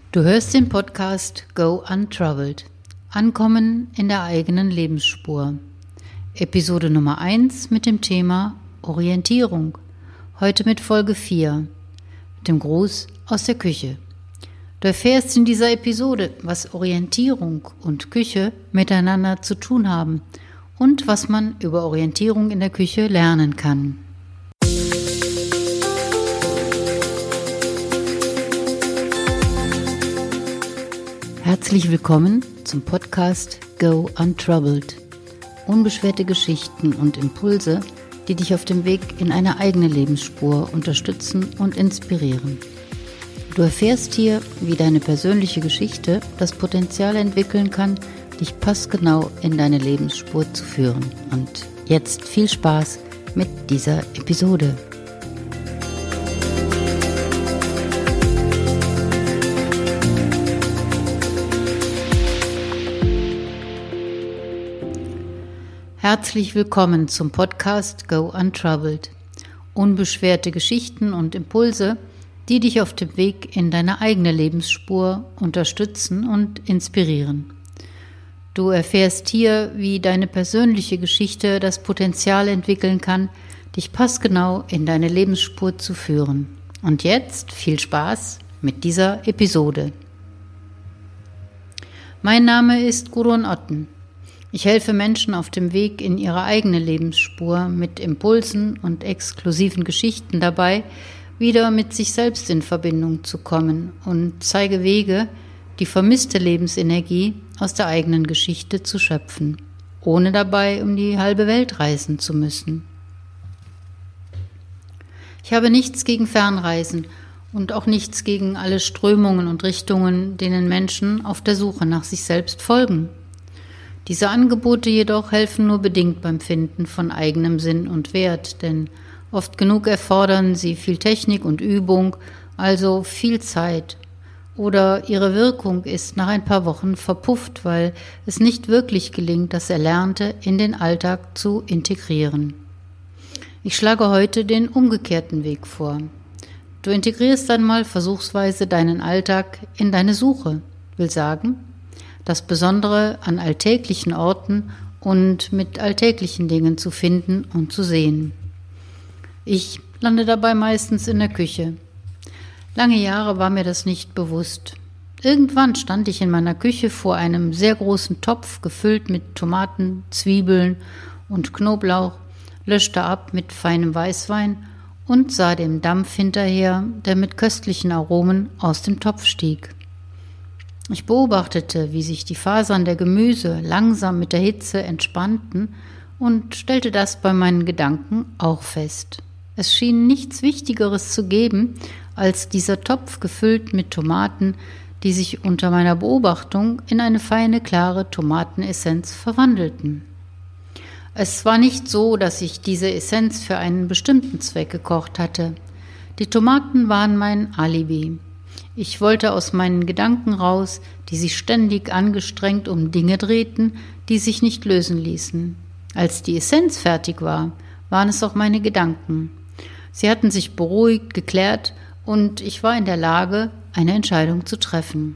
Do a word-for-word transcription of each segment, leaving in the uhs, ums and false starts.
Du hörst den Podcast Go Untroubled. Ankommen in der eigenen Lebensspur. Episode Nummer eins mit dem Thema Orientierung. Heute mit Folge vier, mit dem Gruß aus der Küche. Du erfährst in dieser Episode, was Orientierung und Küche miteinander zu tun haben und was man über Orientierung in der Küche lernen kann. Herzlich willkommen zum Podcast Go Untroubled. Unbeschwerte Geschichten und Impulse, die dich auf dem Weg in eine eigene Lebensspur unterstützen und inspirieren. Du erfährst hier, wie deine persönliche Geschichte das Potenzial entwickeln kann, dich passgenau in deine Lebensspur zu führen. Und jetzt viel Spaß mit dieser Episode. Herzlich willkommen zum Podcast Go Untroubled. Unbeschwerte Geschichten und Impulse, die dich auf dem Weg in deine eigene Lebensspur unterstützen und inspirieren. Du erfährst hier, wie deine persönliche Geschichte das Potenzial entwickeln kann, dich passgenau in deine Lebensspur zu führen. Und jetzt viel Spaß mit dieser Episode. Mein Name ist Gudrun Otten. Ich helfe Menschen auf dem Weg in ihre eigene Lebensspur mit Impulsen und exklusiven Geschichten dabei, wieder mit sich selbst in Verbindung zu kommen und zeige Wege, die vermisste Lebensenergie aus der eigenen Geschichte zu schöpfen, ohne dabei um die halbe Welt reisen zu müssen. Ich habe nichts gegen Fernreisen und auch nichts gegen alle Strömungen und Richtungen, denen Menschen auf der Suche nach sich selbst folgen. Diese Angebote jedoch helfen nur bedingt beim Finden von eigenem Sinn und Wert, denn oft genug erfordern sie viel Technik und Übung, also viel Zeit. Oder ihre Wirkung ist nach ein paar Wochen verpufft, weil es nicht wirklich gelingt, das Erlernte in den Alltag zu integrieren. Ich schlage heute den umgekehrten Weg vor. Du integrierst einmal versuchsweise deinen Alltag in deine Suche, will sagen, das Besondere an alltäglichen Orten und mit alltäglichen Dingen zu finden und zu sehen. Ich lande dabei meistens in der Küche. Lange Jahre war mir das nicht bewusst. Irgendwann stand ich in meiner Küche vor einem sehr großen Topf, gefüllt mit Tomaten, Zwiebeln und Knoblauch, löschte ab mit feinem Weißwein und sah dem Dampf hinterher, der mit köstlichen Aromen aus dem Topf stieg. Ich beobachtete, wie sich die Fasern der Gemüse langsam mit der Hitze entspannten und stellte das bei meinen Gedanken auch fest. Es schien nichts Wichtigeres zu geben, als dieser Topf gefüllt mit Tomaten, die sich unter meiner Beobachtung in eine feine, klare Tomatenessenz verwandelten. Es war nicht so, dass ich diese Essenz für einen bestimmten Zweck gekocht hatte. Die Tomaten waren mein Alibi. Ich wollte aus meinen Gedanken raus, die sich ständig angestrengt um Dinge drehten, die sich nicht lösen ließen. Als die Essenz fertig war, waren es auch meine Gedanken. Sie hatten sich beruhigt, geklärt und ich war in der Lage, eine Entscheidung zu treffen.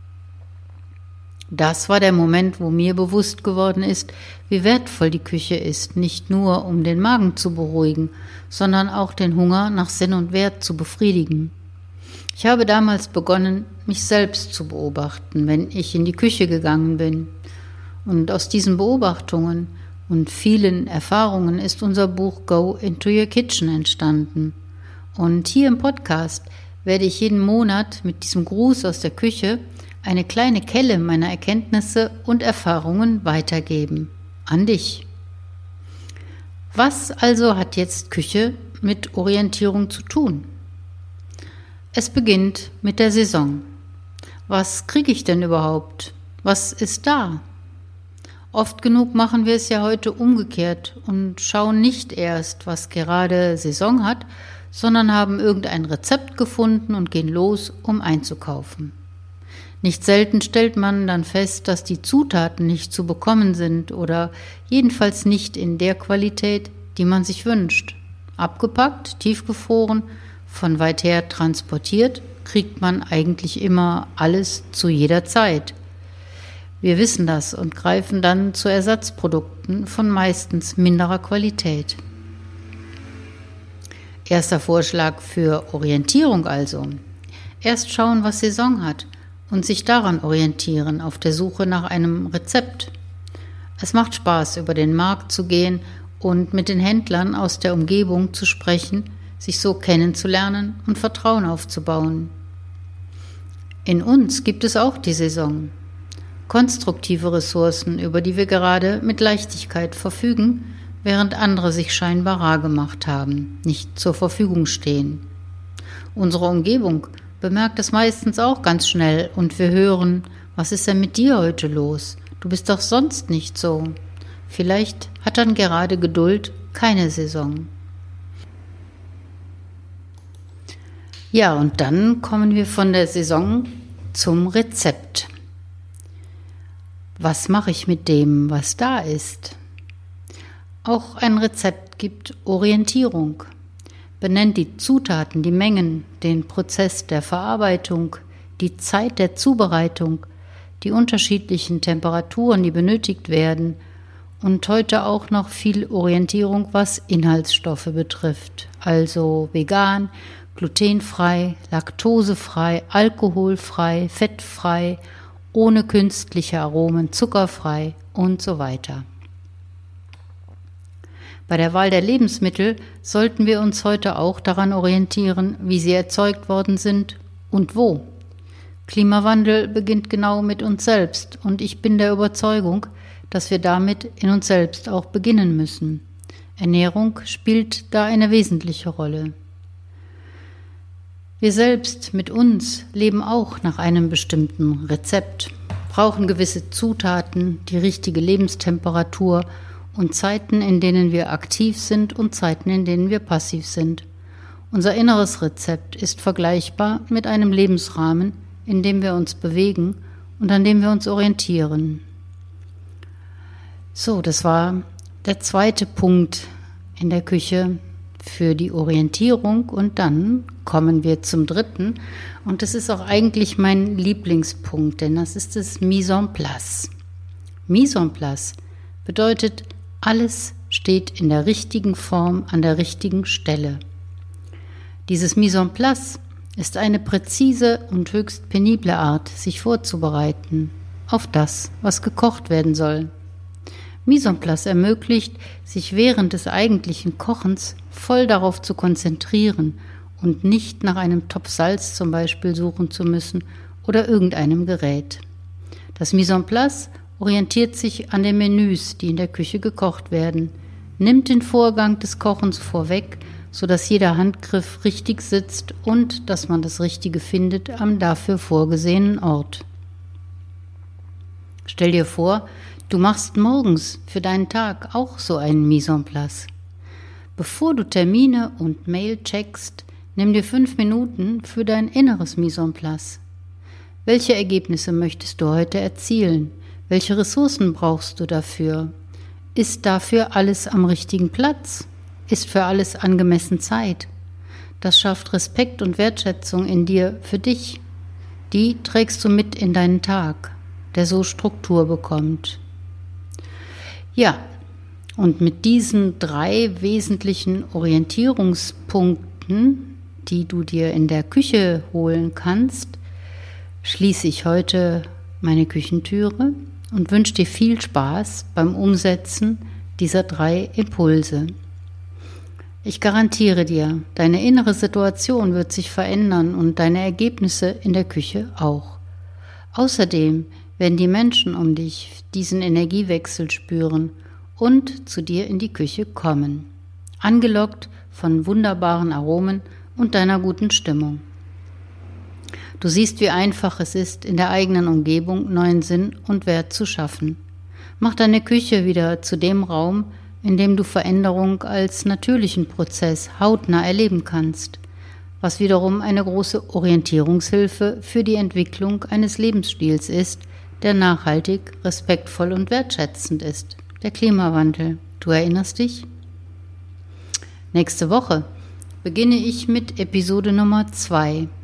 Das war der Moment, wo mir bewusst geworden ist, wie wertvoll die Küche ist, nicht nur um den Magen zu beruhigen, sondern auch den Hunger nach Sinn und Wert zu befriedigen. Ich habe damals begonnen, mich selbst zu beobachten, wenn ich in die Küche gegangen bin. Und aus diesen Beobachtungen und vielen Erfahrungen ist unser Buch Go Into Your Kitchen entstanden. Und hier im Podcast werde ich jeden Monat mit diesem Gruß aus der Küche eine kleine Kelle meiner Erkenntnisse und Erfahrungen weitergeben. An dich. Was also hat jetzt Küche mit Orientierung zu tun? Es beginnt mit der Saison. Was kriege ich denn überhaupt? Was ist da? Oft genug machen wir es ja heute umgekehrt und schauen nicht erst, was gerade Saison hat, sondern haben irgendein Rezept gefunden und gehen los, um einzukaufen. Nicht selten stellt man dann fest, dass die Zutaten nicht zu bekommen sind oder jedenfalls nicht in der Qualität, die man sich wünscht. Abgepackt, tiefgefroren, von weit her transportiert kriegt man eigentlich immer alles zu jeder Zeit. Wir wissen das und greifen dann zu Ersatzprodukten von meistens minderer Qualität. Erster Vorschlag für Orientierung also. Erst schauen, was Saison hat und sich daran orientieren auf der Suche nach einem Rezept. Es macht Spaß, über den Markt zu gehen und mit den Händlern aus der Umgebung zu sprechen, sich so kennenzulernen und Vertrauen aufzubauen. In uns gibt es auch die Saison. Konstruktive Ressourcen, über die wir gerade mit Leichtigkeit verfügen, während andere sich scheinbar rar gemacht haben, nicht zur Verfügung stehen. Unsere Umgebung bemerkt es meistens auch ganz schnell und wir hören, was ist denn mit dir heute los? Du bist doch sonst nicht so. Vielleicht hat dann gerade Geduld keine Saison. Ja, und dann kommen wir von der Saison zum Rezept. Was mache ich mit dem, was da ist? Auch ein Rezept gibt Orientierung. Benennt die Zutaten, die Mengen, den Prozess der Verarbeitung, die Zeit der Zubereitung, die unterschiedlichen Temperaturen, die benötigt werden und heute auch noch viel Orientierung, was Inhaltsstoffe betrifft, also vegan, glutenfrei, laktosefrei, alkoholfrei, fettfrei, ohne künstliche Aromen, zuckerfrei und so weiter. Bei der Wahl der Lebensmittel sollten wir uns heute auch daran orientieren, wie sie erzeugt worden sind und wo. Klimawandel beginnt genau mit uns selbst und ich bin der Überzeugung, dass wir damit in uns selbst auch beginnen müssen. Ernährung spielt da eine wesentliche Rolle. Wir selbst mit uns leben auch nach einem bestimmten Rezept, brauchen gewisse Zutaten, die richtige Lebenstemperatur und Zeiten, in denen wir aktiv sind und Zeiten, in denen wir passiv sind. Unser inneres Rezept ist vergleichbar mit einem Lebensrahmen, in dem wir uns bewegen und an dem wir uns orientieren. So, das war der zweite Punkt in der Küche für die Orientierung und dann kommen wir zum dritten und das ist auch eigentlich mein Lieblingspunkt, denn das ist das Mise en place. Mise en place bedeutet, alles steht in der richtigen Form an der richtigen Stelle. Dieses Mise en place ist eine präzise und höchst penible Art, sich vorzubereiten auf das, was gekocht werden soll. Mise en place ermöglicht, sich während des eigentlichen Kochens voll darauf zu konzentrieren und nicht nach einem Topf Salz zum Beispiel suchen zu müssen oder irgendeinem Gerät. Das Mise en place orientiert sich an den Menüs, die in der Küche gekocht werden, nimmt den Vorgang des Kochens vorweg, sodass jeder Handgriff richtig sitzt und dass man das Richtige findet am dafür vorgesehenen Ort. Stell dir vor, du machst morgens für deinen Tag auch so einen Mise en place. Bevor du Termine und Mail checkst, nimm dir fünf Minuten für dein inneres Mise en place. Welche Ergebnisse möchtest du heute erzielen? Welche Ressourcen brauchst du dafür? Ist dafür alles am richtigen Platz? Ist für alles angemessen Zeit? Das schafft Respekt und Wertschätzung in dir für dich. Die trägst du mit in deinen Tag, der so Struktur bekommt. Ja, und mit diesen drei wesentlichen Orientierungspunkten, die du dir in der Küche holen kannst, schließe ich heute meine Küchentüre und wünsche dir viel Spaß beim Umsetzen dieser drei Impulse. Ich garantiere dir, deine innere Situation wird sich verändern und deine Ergebnisse in der Küche auch. Außerdem werden die Menschen um dich diesen Energiewechsel spüren und zu dir in die Küche kommen, angelockt von wunderbaren Aromen und deiner guten Stimmung. Du siehst, wie einfach es ist, in der eigenen Umgebung neuen Sinn und Wert zu schaffen. Mach deine Küche wieder zu dem Raum, in dem du Veränderung als natürlichen Prozess hautnah erleben kannst, was wiederum eine große Orientierungshilfe für die Entwicklung eines Lebensstils ist, der nachhaltig, respektvoll und wertschätzend ist. Der Klimawandel. Du erinnerst dich? Nächste Woche beginne ich mit Episode Nummer zwei.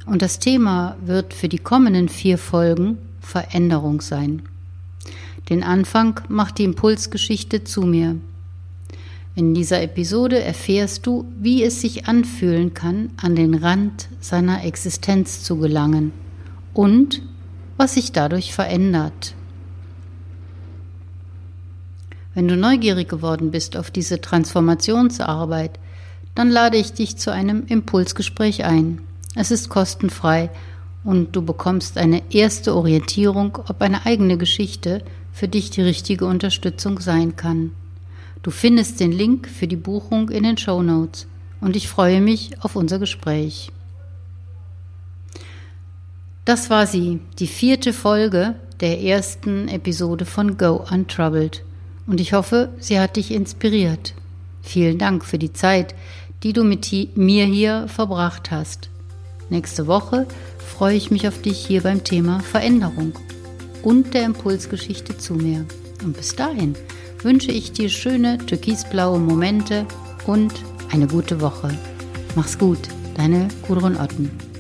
Und das Thema wird für die kommenden vier Folgen Veränderung sein. Den Anfang macht die Impulsgeschichte zu mir. In dieser Episode erfährst du, wie es sich anfühlen kann, an den Rand seiner Existenz zu gelangen und was sich dadurch verändert. Wenn du neugierig geworden bist auf diese Transformationsarbeit, dann lade ich dich zu einem Impulsgespräch ein. Es ist kostenfrei und du bekommst eine erste Orientierung, ob eine eigene Geschichte für dich die richtige Unterstützung sein kann. Du findest den Link für die Buchung in den Shownotes und ich freue mich auf unser Gespräch. Das war sie, die vierte Folge der ersten Episode von Go Untroubled und ich hoffe, sie hat dich inspiriert. Vielen Dank für die Zeit, die du mit mir hier verbracht hast. Nächste Woche freue ich mich auf dich hier beim Thema Veränderung und der Impulsgeschichte zu mir. Und bis dahin wünsche ich dir schöne türkisblaue Momente und eine gute Woche. Mach's gut, deine Gudrun Otten.